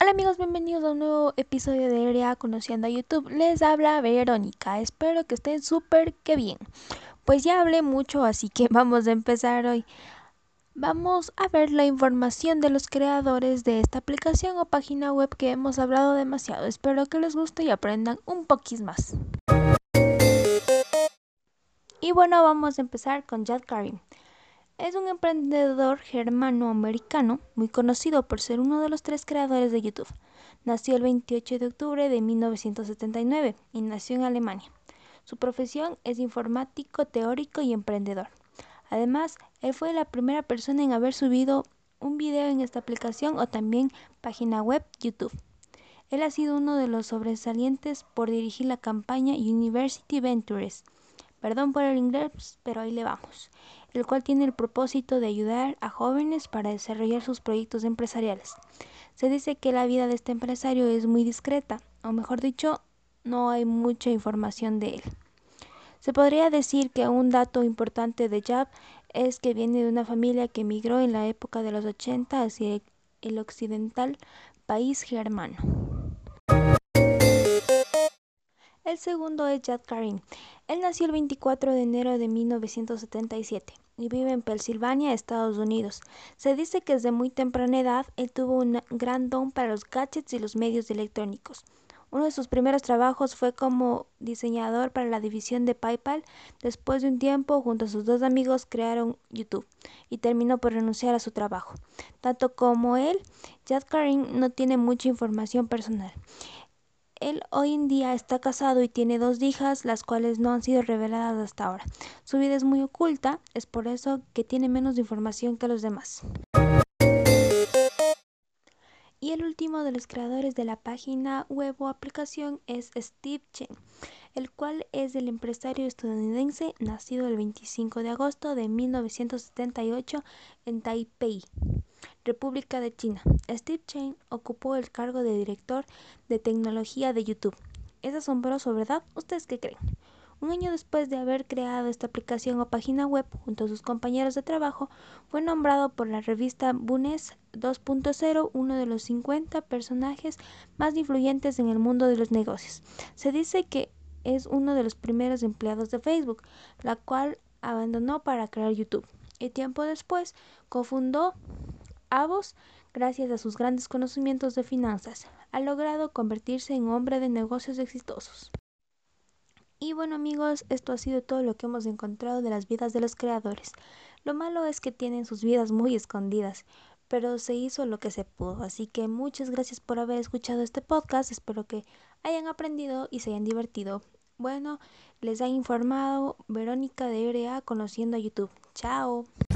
Hola amigos, bienvenidos a un nuevo episodio de RA Conociendo a YouTube. Les habla Verónica, espero que estén súper que bien. Pues ya hablé mucho, así que vamos a empezar hoy. Vamos a ver la información de los creadores de esta aplicación o página web que hemos hablado demasiado. Espero que les guste y aprendan un poquito más. Y bueno, vamos a empezar con Jad Karim. Es un emprendedor germano-americano muy conocido por ser uno de los 3 creadores de YouTube. Nació el 28 de octubre de 1979 y nació en Alemania. Su profesión es informático teórico y emprendedor. Además, él fue la primera persona en haber subido un video en esta aplicación o también página web YouTube. Él ha sido uno de los sobresalientes por dirigir la campaña University Ventures. Perdón por el inglés, pero ahí le vamos, el cual tiene el propósito de ayudar a jóvenes para desarrollar sus proyectos empresariales. Se dice que la vida de este empresario es muy discreta, o mejor dicho, no hay mucha información de él. Se podría decir que un dato importante de Jab es que viene de una familia que emigró en la época de los 80 hacia el occidental país germano. El segundo es Jad Karim. Él nació el 24 de enero de 1977 y vive en Pensilvania, Estados Unidos. Se dice que desde muy temprana edad él tuvo un gran don para los gadgets y los medios electrónicos. Uno de sus primeros trabajos fue como diseñador para la división de PayPal. Después de un tiempo, junto a sus 2 amigos, crearon YouTube y terminó por renunciar a su trabajo. Tanto como él, Jad Karim no tiene mucha información personal. Él hoy en día está casado y tiene 2 hijas, las cuales no han sido reveladas hasta ahora. Su vida es muy oculta, es por eso que tiene menos información que los demás. Y el último de los creadores de la página web o aplicación es Steve Chen, el cual es el empresario estadounidense nacido el 25 de agosto de 1978 en Taipei, República de China. Steve Chen ocupó el cargo de director de tecnología de YouTube. Es asombroso, ¿verdad? ¿Ustedes qué creen? Un año después de haber creado esta aplicación o página web junto a sus compañeros de trabajo, fue nombrado por la revista Business 2.0 uno de los 50 personajes más influyentes en el mundo de los negocios. Se dice que es uno de los primeros empleados de Facebook, la cual abandonó para crear YouTube. Y tiempo después cofundó Avos. Gracias a sus grandes conocimientos de finanzas, ha logrado convertirse en hombre de negocios exitosos. Y bueno amigos, esto ha sido todo lo que hemos encontrado de las vidas de los creadores. Lo malo es que tienen sus vidas muy escondidas, pero se hizo lo que se pudo. Así que muchas gracias por haber escuchado este podcast. Espero que hayan aprendido y se hayan divertido. Bueno, les ha informado Verónica de RA Conociendo a YouTube. Chao.